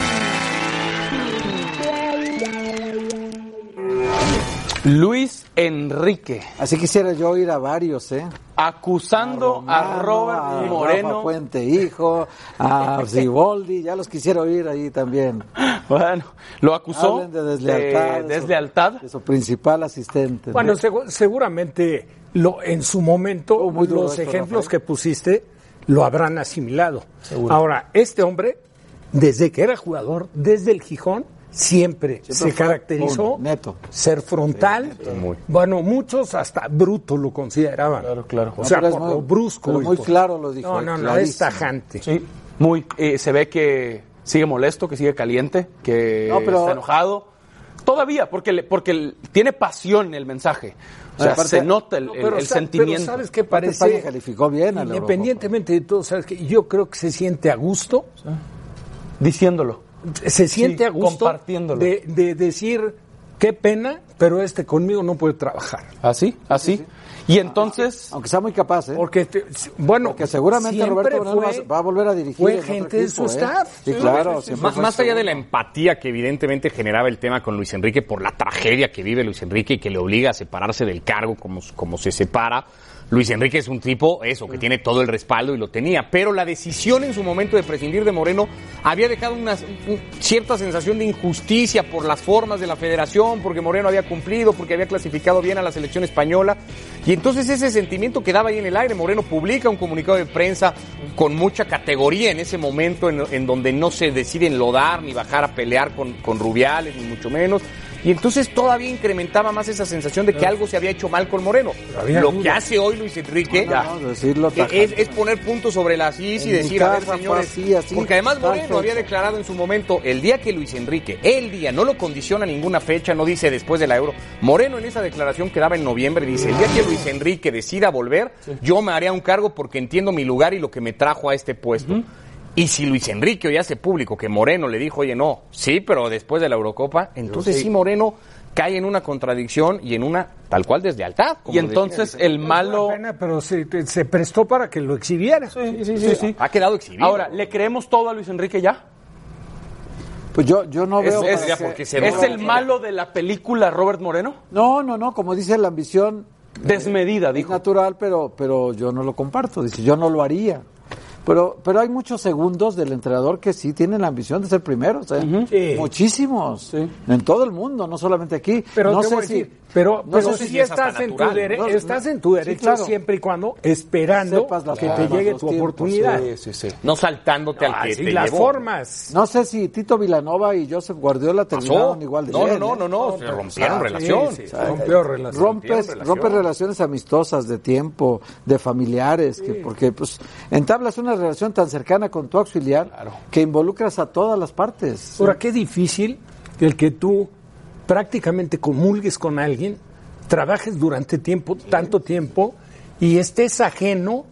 Luis Enrique, Así quisiera yo ir a varios, acusando a Robert a Moreno. Rafa Puente hijo, a Siboldi, ya los quisiera oír ahí también. Bueno, lo acusó Hablen de deslealtad. deslealtad. De su principal asistente. ¿no? Bueno, seguramente en su momento muy duro los esto, ejemplos Rafael. que pusiste lo habrán asimilado. Ahora, este hombre, desde que era jugador, desde el Gijón, siempre se fue caracterizó neto. ser frontal. Bueno, muchos hasta bruto lo consideraban. Claro. O sea, No, pero por es lo brusco. pero y muy por- claro lo dijo. No, es clarísimo. tajante. Sí, muy. Se ve que sigue molesto, que sigue caliente, que No, pero- está enojado. Todavía, porque tiene pasión el mensaje. O sea, Aparte- se nota el Pero sentimiento. ¿sabes qué Aparte, parece? España calificó bien a la Independientemente de todo, ¿sabes qué? Yo creo que se siente a gusto. Diciéndolo. Se siente Sí, a gusto compartiéndolo. de decir qué pena, pero conmigo no puede trabajar. ¿Así? ¿Así? Y entonces... Aunque sea muy capaz, ¿eh? Porque seguramente Roberto Moreno va a volver a dirigir. Fue gente de su staff. Sí, claro. Más allá de la empatía que evidentemente generaba el tema con Luis Enrique por la tragedia que vive Luis Enrique y que le obliga a separarse del cargo como se separa, Luis Enrique es un tipo, que tiene todo el respaldo y lo tenía, pero la decisión en su momento de prescindir de Moreno había dejado una cierta sensación de injusticia por las formas de la federación, porque Moreno había cumplido, porque había clasificado bien a la selección española, y entonces ese sentimiento quedaba ahí en el aire. Moreno publica un comunicado de prensa con mucha categoría en ese momento en donde no se decide enlodar ni bajar a pelear con Rubiales, ni mucho menos. Y entonces todavía incrementaba más esa sensación de que algo se había hecho mal con Moreno. Lo que hace hoy Luis Enrique es poner puntos sobre las is y decir, a ver, señores, porque además Moreno había declarado en su momento, el día que Luis Enrique, no lo condiciona ninguna fecha, no dice después de la Euro. Moreno en esa declaración que daba en noviembre dice, el día que Luis Enrique decida volver, yo me haré un cargo porque entiendo mi lugar y lo que me trajo a este puesto. Y si Luis Enrique hoy hace público que Moreno le dijo, oye, no, sí, pero después de la Eurocopa, entonces sí Moreno cae en una contradicción y en una tal cual deslealtad. Y entonces el malo... Pero se prestó para que lo exhibiera. Sí. Ha quedado exhibido. Ahora, ¿le creemos todo a Luis Enrique ya? Pues yo no veo... ¿Es el malo de la película Robert Moreno? No, como dice, la ambición... Desmedida, dijo. Es natural, pero yo no lo comparto, dice, yo no lo haría. Pero hay muchos segundos del entrenador que sí tienen la ambición de ser primeros, ¿eh? Muchísimos. Sí. En todo el mundo, no solamente aquí. Pero no te sé voy a si... decir, pero sé si estás en tu derecho, estás en tu derecho, claro, siempre y cuando esperando que te llegue tu oportunidad. Sí. No saltándote al que te las llevó. Formas. No sé si Tito Vilanova y Josep Guardiola terminaron igual de bien. No, se rompieron relación. Rompes relaciones amistosas, de tiempo, de familiares, porque pues entablas una relación tan cercana con tu auxiliar que involucras a todas las partes. Ahora, qué difícil el que tú prácticamente comulgues con alguien, trabajes durante tanto tiempo y estés ajeno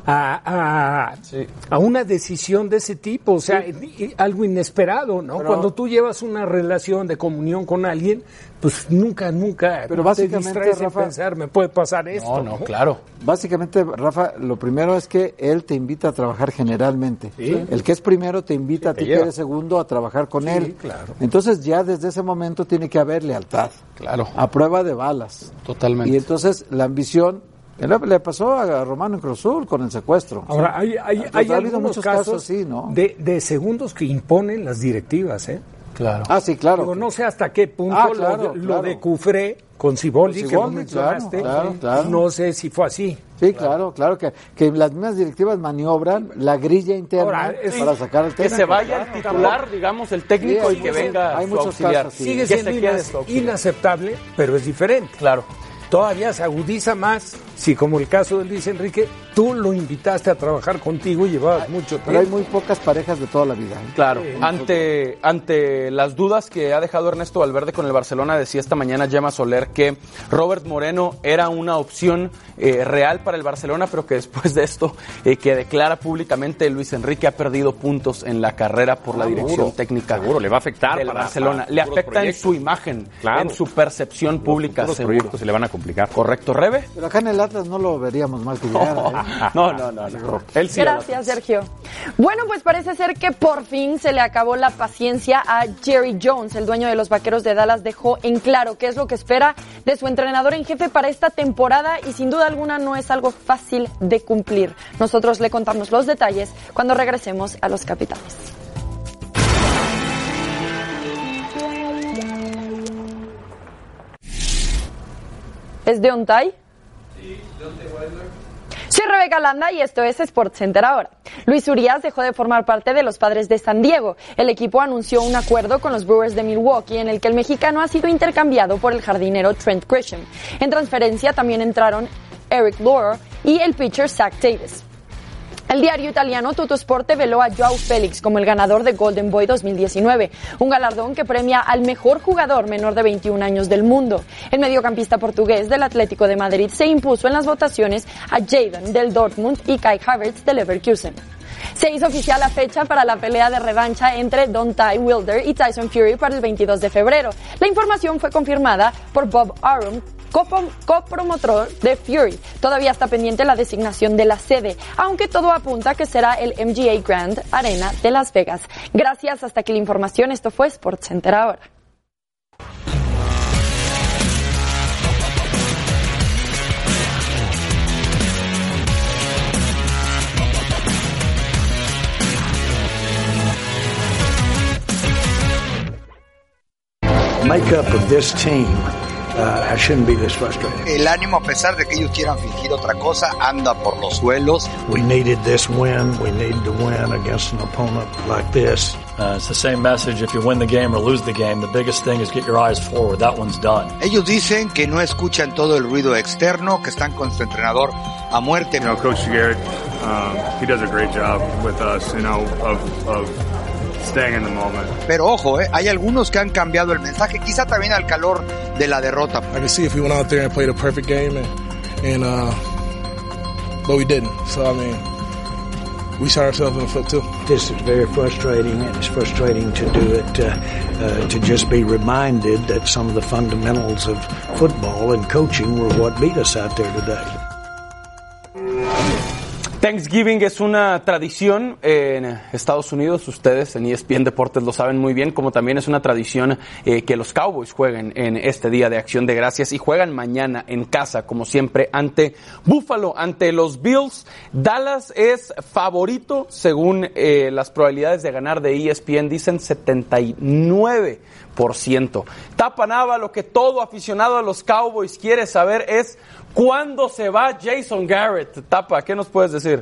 a una decisión de ese tipo, o sea, algo inesperado, ¿no? Pero, cuando tú llevas una relación de comunión con alguien, pues nunca pero básicamente, te distraes Rafa, en pensar, me puede pasar esto. No, claro. Básicamente, Rafa, lo primero es que él te invita a trabajar generalmente. Sí. El que es primero te invita a ti que eres segundo a trabajar con él. Claro. Entonces ya desde ese momento tiene que haber lealtad. Claro. A prueba de balas. Totalmente. Y entonces la ambición... Le pasó a Romano en Cruz Azul con el secuestro. Ahora, hay habido muchos casos así, ¿no? De segundos que imponen las directivas, ¿eh? Claro. Ah, sí, claro. Digo, no sé hasta qué punto lo de Cufré con Siboldi, que lo mencionaste, claro. no sé si fue así. Sí, claro que las mismas directivas maniobran la grilla interna para sacar el técnico. Que se vaya el titular, digamos, el técnico, y que venga hay su muchos auxiliar. casos, sí. Sigue siendo inaceptable, pero es diferente. Claro. Todavía se agudiza más si, como el caso de Luis Enrique, tú lo invitaste a trabajar contigo y llevabas mucho tiempo. Pero hay muy pocas parejas de toda la vida. Claro. Ante las dudas que ha dejado Ernesto Valverde con el Barcelona, decía esta mañana Gemma Soler que Robert Moreno era una opción real para el Barcelona, pero que después de esto, que declara públicamente, Luis Enrique ha perdido puntos en la carrera por la dirección técnica. Seguro, le va a afectar del Barcelona. Le afecta en su imagen, en su percepción pública. Los proyectos se le van a complicar. Correcto, Rebe. Pero acá en el Atlas no lo veríamos mal que llegara. No. Él sí. Gracias, Sergio. Bueno, pues parece ser que por fin se le acabó la paciencia a Jerry Jones. El dueño de los Vaqueros de Dallas dejó en claro qué es lo que espera de su entrenador en jefe para esta temporada y sin duda alguna no es algo fácil de cumplir. Nosotros le contamos los detalles cuando regresemos a Los Capitanes. ¿Es Deontay? Sí, Deontay Wilder. Soy Rebeca Landa y esto es SportsCenter ahora. Luis Urias dejó de formar parte de los Padres de San Diego. El equipo anunció un acuerdo con los Brewers de Milwaukee en el que el mexicano ha sido intercambiado por el jardinero Trent Grisham. En transferencia también entraron Eric Lauer y el pitcher Zach Davis. El diario italiano Tuttosport veló a Joao Félix como el ganador de Golden Boy 2019, un galardón que premia al mejor jugador menor de 21 años del mundo. El mediocampista portugués del Atlético de Madrid se impuso en las votaciones a Jadon del Dortmund y Kai Havertz del Leverkusen. Se hizo oficial la fecha para la pelea de revancha entre Deontay Wilder y Tyson Fury para el 22 de febrero. La información fue confirmada por Bob Arum, copromotor de Fury. Todavía está pendiente la designación de la sede, aunque todo apunta que será el MGA Grand Arena de Las Vegas. Gracias, hasta aquí la información. Esto fue SportsCenter ahora. Makeup of this team shouldn't be this frustrating. El ánimo, a pesar de que ellos quieran fingir otra cosa, anda por los suelos. We needed this win. We needed to win against an opponent like this. It's the same message. If you win the game or lose the game, the biggest thing is get your eyes forward. That one's done. Ellos dicen que no escuchan todo el ruido externo, que están con su entrenador a muerte. You know, Coach Garrett, he does a great job with us, you know, of staying in the moment. Pero ojo, hay algunos que han cambiado el mensaje, quizá también al calor de la derrota. I can see if we went out there and played a perfect game, but we didn't. So I mean, we shot ourselves in the foot too. This is very frustrating, and it's frustrating to do it, to just be reminded that some of the fundamentals of football and coaching were what beat us out there today. Thanksgiving es una tradición en Estados Unidos, ustedes en ESPN Deportes lo saben muy bien, como también es una tradición que los Cowboys jueguen en este Día de Acción de Gracias y juegan mañana en casa, como siempre, ante Buffalo, ante los Bills. Dallas es favorito, según las probabilidades de ganar de ESPN, dicen 79%. Tapa Nava, lo que todo aficionado a los Cowboys quiere saber es ¿cuándo se va Jason Garrett? Tapa, ¿qué nos puedes decir?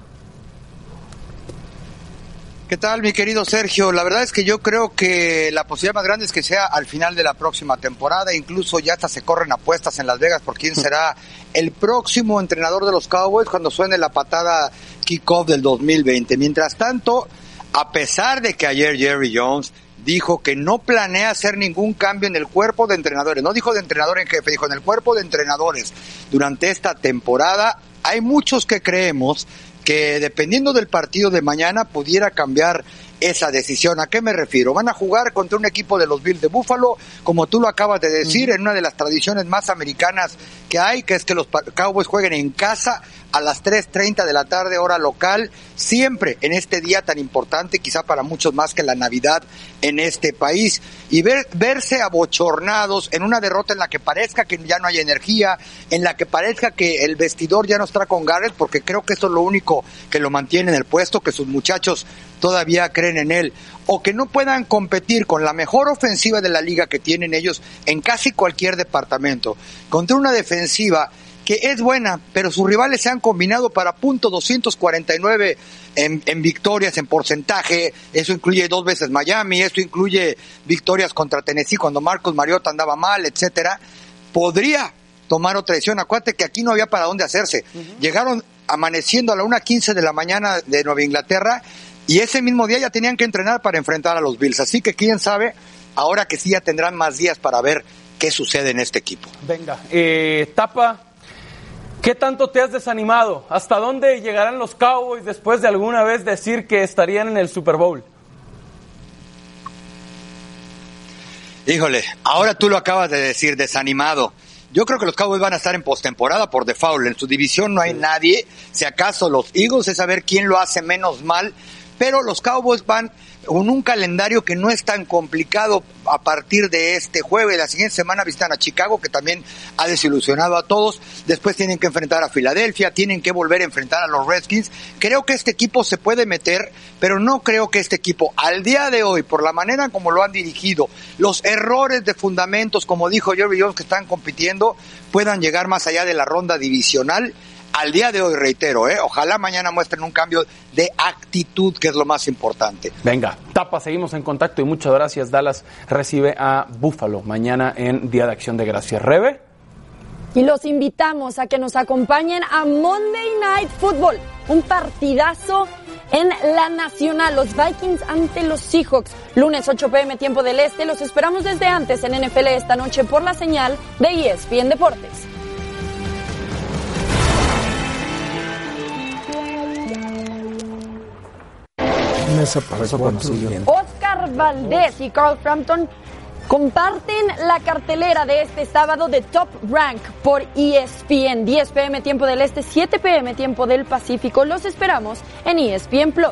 ¿Qué tal, mi querido Sergio? La verdad es que yo creo que la posibilidad más grande es que sea al final de la próxima temporada. Incluso ya hasta se corren apuestas en Las Vegas por quién será el próximo entrenador de los Cowboys cuando suene la patada kickoff del 2020. Mientras tanto, a pesar de que ayer Jerry Jones dijo que no planea hacer ningún cambio en el cuerpo de entrenadores, no dijo de entrenador en jefe, dijo en el cuerpo de entrenadores durante esta temporada, hay muchos que creemos que dependiendo del partido de mañana pudiera cambiar esa decisión. ¿A qué me refiero? Van a jugar contra un equipo de los Bills de Buffalo, como tú lo acabas de decir, en una de las tradiciones más americanas que hay, que es que los Cowboys jueguen en casa a las 3:30 de la tarde, hora local, siempre en este día tan importante, quizá para muchos más que la Navidad en este país, y verse abochornados en una derrota en la que parezca que ya no hay energía, en la que parezca que el vestidor ya no está con Garrett, porque creo que eso es lo único que lo mantiene en el puesto, que sus muchachos todavía creen en él, o que no puedan competir con la mejor ofensiva de la liga que tienen ellos en casi cualquier departamento, contra una defensiva que es buena, pero sus rivales se han combinado para .249 en victorias, en porcentaje. Eso incluye 2 veces Miami, esto incluye victorias contra Tennessee cuando Marcus Mariota andaba mal, etcétera. Podría tomar otra decisión. Acuérdate que aquí no había para dónde hacerse. Llegaron amaneciendo a la 1:15 de la mañana de Nueva Inglaterra y ese mismo día ya tenían que entrenar para enfrentar a los Bills. Así que quién sabe, ahora que sí ya tendrán más días para ver qué sucede en este equipo. Venga, Tapa, ¿qué tanto te has desanimado? ¿Hasta dónde llegarán los Cowboys después de alguna vez decir que estarían en el Super Bowl? Híjole, ahora tú lo acabas de decir, desanimado. Yo creo que los Cowboys van a estar en postemporada por default. En su división no hay nadie. Si acaso los Eagles, es saber quién lo hace menos mal. Pero los Cowboys van con un calendario que no es tan complicado a partir de este jueves. La siguiente semana visitan a Chicago, que también ha desilusionado a todos. Después tienen que enfrentar a Filadelfia, tienen que volver a enfrentar a los Redskins. Creo que este equipo se puede meter, pero no creo que este equipo, al día de hoy, por la manera como lo han dirigido, los errores de fundamentos, como dijo Jerry Jones, que están compitiendo, puedan llegar más allá de la ronda divisional. Al día de hoy, reitero, ojalá mañana muestren un cambio de actitud, que es lo más importante. Venga, Tapa, seguimos en contacto y muchas gracias. Dallas recibe a Buffalo mañana en Día de Acción de Gracias. Rebe. Y los invitamos a que nos acompañen a Monday Night Football, un partidazo en la Nacional, los Vikings ante los Seahawks, lunes 8 p.m. tiempo del Este. Los esperamos desde antes en NFL esta noche por la señal de ESPN Deportes. mesa para Eso conocido. Oscar Valdés y Carl Frampton comparten la cartelera de este sábado de Top Rank por ESPN. 10 p.m. tiempo del Este, 7 p.m. tiempo del Pacífico. Los esperamos en ESPN Plus.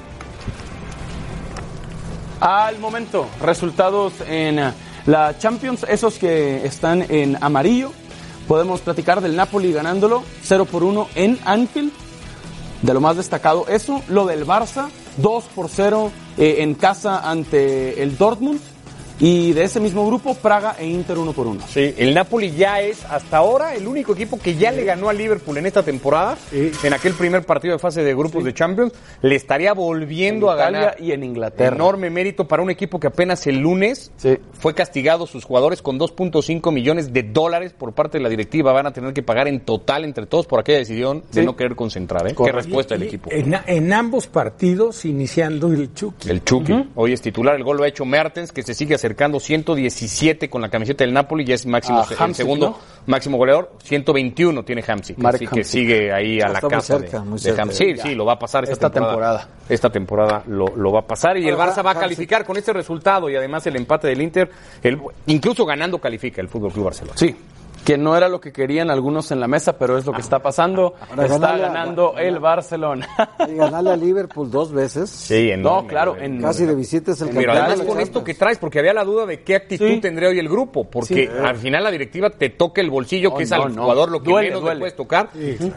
Al momento, resultados en la Champions, esos que están en amarillo. Podemos platicar del Napoli ganándolo 0-1 en Anfield. De lo más destacado eso. Lo del Barça, 2-0 en casa ante el Dortmund. Y de ese mismo grupo, Praga e Inter 1-1. Sí, el Napoli ya es hasta ahora el único equipo que ya le ganó al Liverpool en esta temporada. En aquel primer partido de fase de grupos de Champions, le estaría volviendo a ganar. Y en Inglaterra. Enorme mérito para un equipo que apenas el lunes fue castigado sus jugadores con $2.5 millones por parte de la directiva. Van a tener que pagar en total entre todos por aquella decisión de no querer concentrar. Qué respuesta del equipo. En ambos partidos iniciando el Chucky. El Chucky. Hoy es titular. El gol lo ha hecho Mertens, que se sigue acercando 117 con la camiseta del Napoli, ya es máximo, el segundo máximo goleador. 121 tiene Hamsik, así que sigue ahí a la casa de Hamsik. Sí, lo va a pasar esta temporada. Esta temporada lo va a pasar y el Barça va a calificar con este resultado y además el empate del Inter, incluso ganando califica el FC Barcelona. Sí. Que no era lo que querían algunos en la mesa, pero es lo que está pasando. Está ganando el Barcelona. Y ganarle a Liverpool 2 veces. Sí, no, claro. Casi de visita es el campeón. Pero además con esto que traes, porque había la duda de qué actitud tendría hoy el grupo, porque al final la directiva te toca el bolsillo, que es al jugador lo que menos le puedes tocar.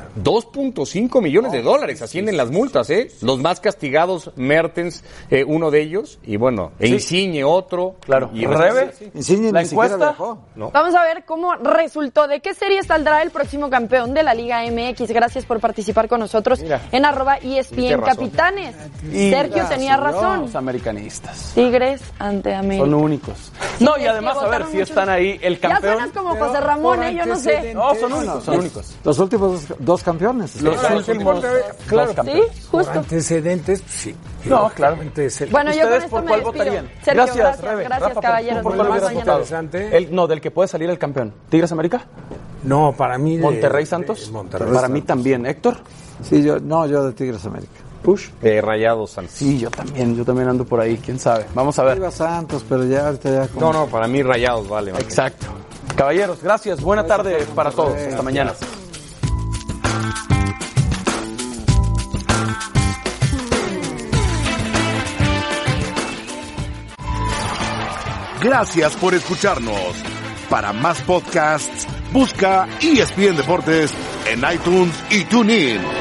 $2.5 millones ascienden las multas, Los más castigados, Mertens, uno de ellos, y bueno, Insigne otro. Claro. Y Rebe, Insigne la encuesta. Vamos a ver cómo resultó. ¿De qué serie saldrá el próximo campeón de la Liga MX? Gracias por participar con nosotros en @ESPN Capitanes. Sergio tenía razón. Los americanistas. Tigres ante América. Son únicos. No, y además a ver si están ahí el campeón. Ya suenas como José Ramón, yo no sé. No, son únicos. Los últimos 2 campeones. Los últimos claro, campeones. Sí, justo. Antecedentes, sí. No, claro. Bueno, yo con ¿Ustedes esto por me cuál despido. votarían? Sergio, Rebe. gracias, caballeros. ¿Por cuál hubieras votado? No, del que puede salir el campeón. ¿Tigres América? No, para mí ¿Monterrey Santos? Para mí también. ¿Héctor? Sí, yo de Tigres América. ¿Push? Rayados Santos. Sí, yo también ando por ahí, quién sabe. Vamos a ver. Iba Santos, pero ya ahorita como... No, para mí Rayados vale. Exacto. Caballeros, gracias. Buena tarde para todos. Hasta mañana. Gracias por escucharnos. Para más podcasts, busca ESPN Deportes en iTunes y TuneIn.